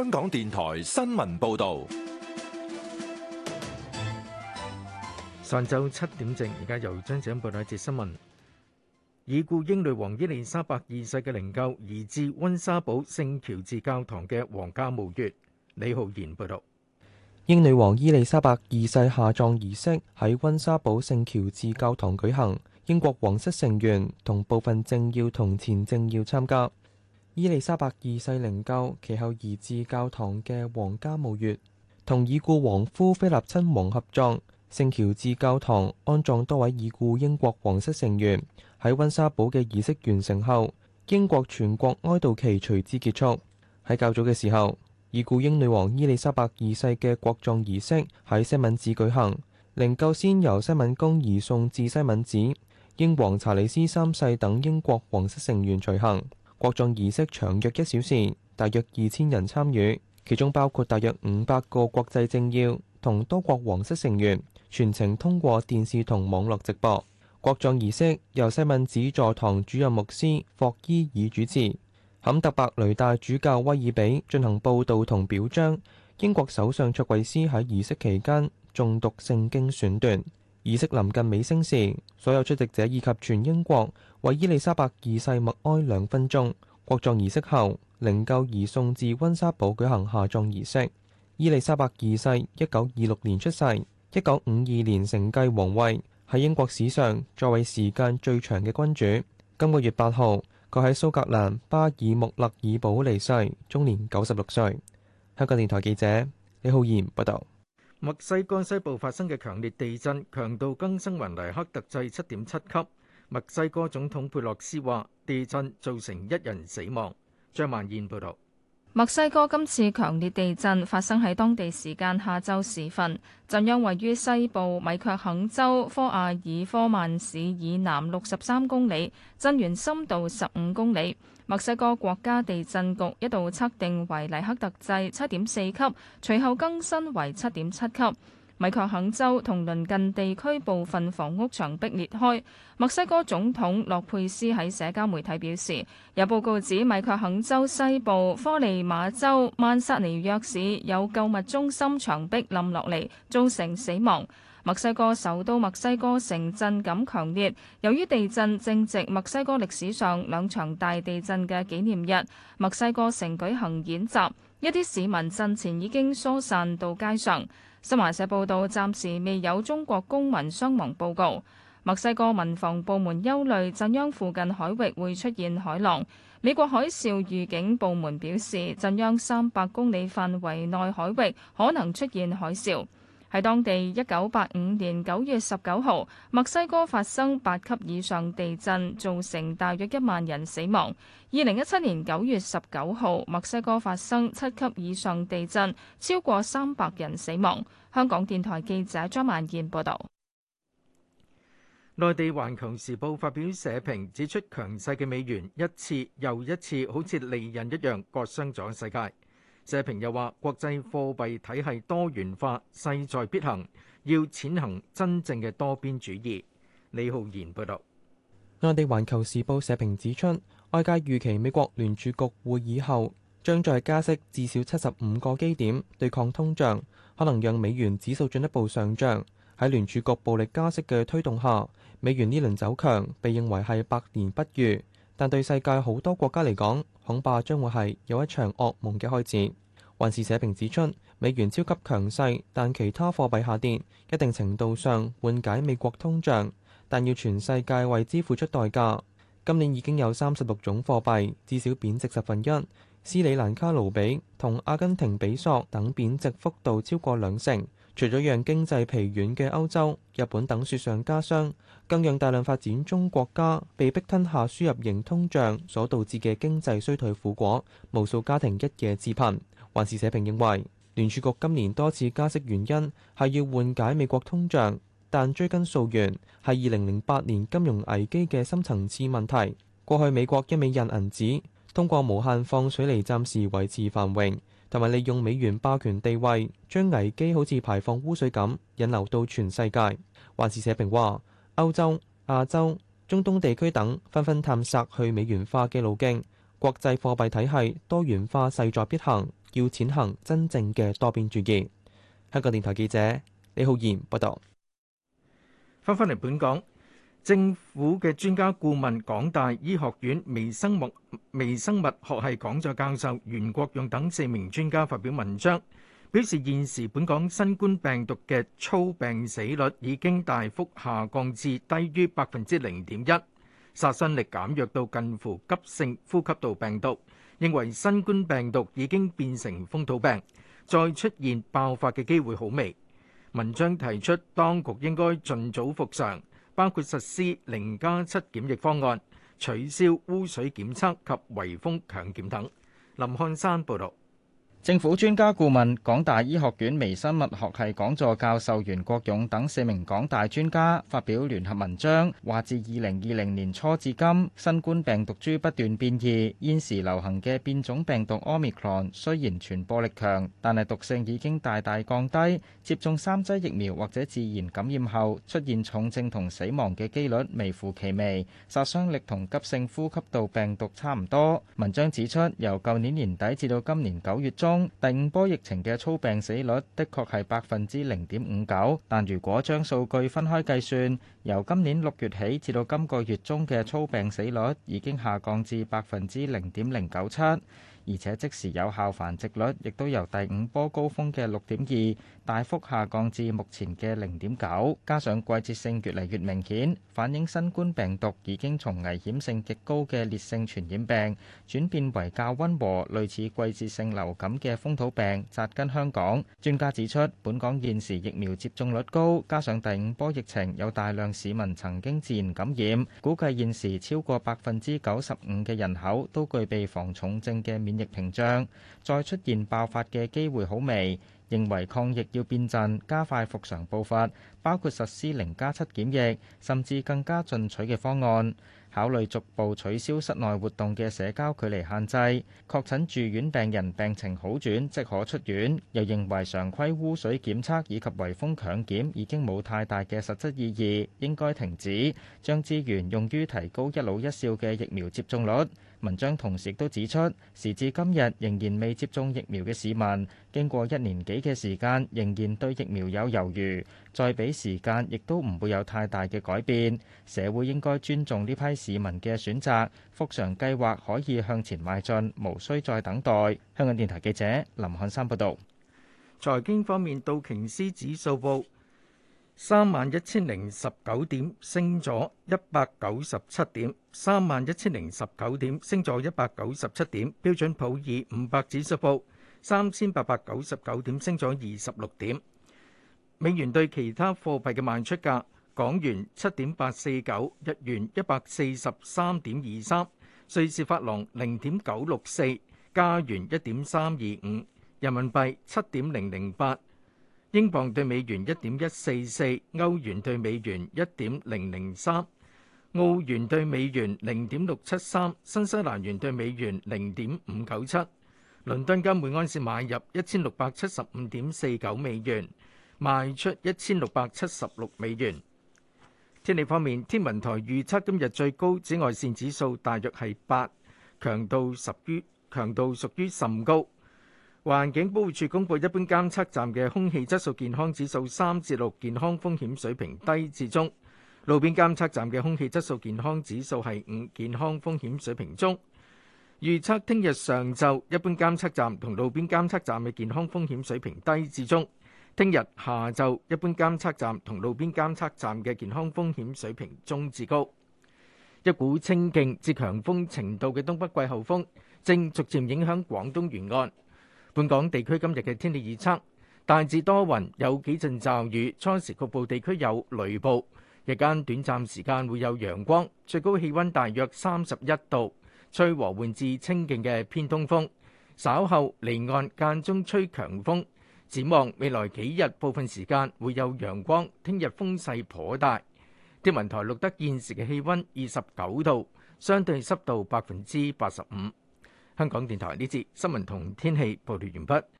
香港電台新聞報導。 上晝7點正，而家由張子欣報道一節新聞。已故英女王伊麗莎白二世嘅靈柩移至溫莎堡聖喬治教堂嘅皇家墓穴。李浩然報道。 英女王伊麗莎白二世下葬儀式喺溫莎堡聖喬治教堂舉行，英國皇室成員同部分政要同前政要參加。伊麗莎白二世靈柩其後移至教堂嘅皇家墓穴，同已故皇夫菲立親王合葬。聖喬治教堂安葬多位已故英國皇室成員。喺溫莎堡嘅儀式完成後，英國全國哀悼期隨之結束。喺較早嘅時候，已故英女王伊麗莎白二世嘅國葬儀式喺西敏寺舉行，靈柩先由西敏宮移送至西敏寺，英皇查理斯三世等英國皇室成員隨行。國葬儀式長約1小時，大約2000人參與，其中包括大約500個國際政要同多國皇室成員，全程通過電視同網絡直播。國葬儀式由西敏寺座堂主任牧師霍伊爾主持，坎特伯雷大主教威爾比進行報道同表彰。英國首相卓慧思喺儀式期間誦讀聖經選段。儀式臨近尾聲時，所有出席者以及全英國為伊麗莎白二世默哀2分鐘。國葬儀式後，靈柩移送至溫莎堡舉行下葬儀式。伊麗莎白二世1926年出世，1952年承繼皇位，喺英國史上在位時間最長嘅君主。今個月8號，佢喺蘇格蘭巴爾穆勒爾堡離世，終年96歲。香港電台記者李浩然報道。 墨西哥西部發生嘅強烈地震，強度更新為黎克特制7.7級。墨西哥總統佩洛斯話，地震造成1人死亡。張萬燕報道。 墨西哥今次強烈地震發生喺當地時間下晝時分，震央位於西部米卻肯州科亞爾科曼市以南63公里，震源深度15公里。墨西哥國家地震局一度測定為黎克特制7.4級，隨後更新為7.7級。米卻肯州同鄰近地區部分房屋牆壁裂開。墨西哥總統洛佩斯喺社交媒體表示，有報告指米卻肯州西部科利馬州曼薩尼約市有購物中心牆壁冧落嚟，造成死亡。墨西哥首都墨西哥城震感強烈，由於地震正值墨西哥歷史上2場大地震嘅紀念日，墨西哥城舉行演習，一啲市民震前已經疏散到街上。新華社報道，暫時未有中國公民傷亡報告。墨西哥民防部門憂慮震央附近海域會出現海浪。美國海嘯預警部門表示，震央300公里範圍內海域可能出現海嘯。喺當地1985年9月19號，墨西哥發生8級以上地震，造成大約1萬人死亡。2017年9月19號，墨西哥發生7級以上地震，超過300人死亡。香港電台記者張萬燕報導。 內地《環球時報》發表社評，指出強勢嘅美元一次又一次好似利刃一樣割傷咗世界。社評又話，國際貨幣體系多元化勢在必行，要踐行真正嘅多邊主義。李浩然報導。 內地《環球時報》社評指出，外界預期美國聯儲局會議後將再加息至少75個基點，對抗通脹，可能讓美元指數進一步上漲。喺聯儲局暴力加息嘅推動下，美元呢輪走強，被認為係百年不遇。但對世界好多國家嚟講，恐怕將會係有一場噩夢嘅開始。還是社評指出，美元超級強勢，但其他貨幣下跌，一定程度上緩解美國通脹，但要全世界為之付出代價。今年已經有36種貨幣至少貶值1/10，斯里蘭卡盧比同阿根廷比索等貶值幅度超過2成。除咗讓經濟疲軟嘅歐洲、日本等雪上加霜，更讓大量發展中國家被迫吞下輸入型通脹所導致嘅經濟衰退苦果，無數家庭一夜致貧。還是社評認為，聯儲局今年多次加息原因係要緩解美國通脹，但追根溯源係2008年金融危機嘅深層次問題。過去美國一味印銀紙，通過無限放水嚟暫時維持繁榮，同埋利用美元霸權地位，將危機好似排放污水咁引流到全世界。還是社評話，歐洲、亞洲、中東地區等紛紛探索去美元化嘅路徑，國際貨幣體系多元化勢在必行， 要踐行真正嘅多邊主義。香港電台記者李浩然報道。 翻返嚟本港，政府嘅專家顧問、港大醫學院微生物學系講座教授袁國勇等4名專家發表文章，表示現時本港新冠病毒嘅粗病死率已經大幅下降至低於0.1%，殺傷力減弱到近乎急性呼吸道病毒，認為新冠病毒已經變成風土病，再出現爆發嘅機會好微。文章提出當局應該盡早復常，包括實施0+7檢疫方案、取消污水檢測及圍封強檢等。林漢山報導。 政府專家顧問、港大醫學院微生物學系講座教授袁國勇等4名港大專家發表聯合文章，話自2020年初至今，新冠病毒株不斷變異，現時流行嘅變種病毒 Omicron 雖然傳播力強，但係毒性已經大大降低，接種3劑疫苗或者自然感染後出現重症同死亡嘅機率微乎其微，殺傷力同急性呼吸道病毒差唔多。文章指出，由舊年年底至到今年9月中，第5波疫情嘅粗病死率的確係0.59%，但如果將數據分開計算，由今年6月起至到今個月中嘅粗病死率已經下降至0.097%，而且即時有效繁殖率亦都由第5波高峰嘅6.2大幅下降至目前嘅0.9，加上季節性越嚟越明顯，反映新冠病毒已經從危險性極高嘅烈性傳染病轉變為較溫和、類似季節性流感嘅風土病扎根香港。專家指出，本港現時疫苗接種率高，加上第5波疫情有大量市民曾經自然感染，估計現時超過95%嘅人口都具備防重症嘅免疫屏障，再出現爆發嘅機會好微。認為抗疫要變陣，加快復常步伐，包括實施0+7檢疫，甚至更加進取嘅方案。考慮逐步取消室內活動嘅社交距離限制，確診住院病人病情好轉即可出院。又認為常規污水檢測以及圍封強檢已經冇太大嘅實質意義，應該停止，將資源用於提高一老一少嘅疫苗接種率。文章同時亦都指出，時至今日仍然未接種疫苗嘅市民，經過1年幾嘅時間，仍然對疫苗有猶豫，再俾時間亦都唔會有太大嘅改變。社會應該尊重呢批市民嘅選擇，復常計劃可以向前邁進，無需再等待。香港電台記者林漢山報導。 財經方面，道瓊斯指數報31,019點，升咗197點；31,019點，升咗197點。標準普爾500指數報3,899點，升咗26點。美元對其他貨幣嘅賣出價：港元7.849，日元143.23，瑞士法郎0.964，加元1.325，人民幣7.008。英鎊對美元1.144，歐元對美元1.003，澳元對美元0.673，新西蘭元對美元0.597。倫敦金每盎司買入1675.49美元，賣出1676美元。天氣方面，天文台預測今日最高紫外線指數大約係8，強度屬於甚高。環境保護署公布，一般監測站嘅空氣質素健康指數3至6，健康風險水平低至中；路邊監測站嘅空氣質素健康指數係5，健康風險水平中。預測聽日上晝一般監測站同路邊監測站嘅健康風險水平低至中；聽日下晝一般監測站同路邊監測站嘅健康風險水平中至高。一股清勁至強風程度嘅東北季候風正逐漸影響廣東沿岸。本港地區今日嘅天氣預測，大致多雲，有幾陣驟雨，初時局部地區有雷暴，日間短暫時間會有陽光，最高氣溫大約31度，吹和緩至清勁嘅偏東風，稍後離岸間中吹強風。展望未來幾日部分時間會有陽光，聽日風勢頗大。天文台錄得現時嘅氣溫29度，相對濕度85%。香港電台呢節新聞同天氣報道完畢。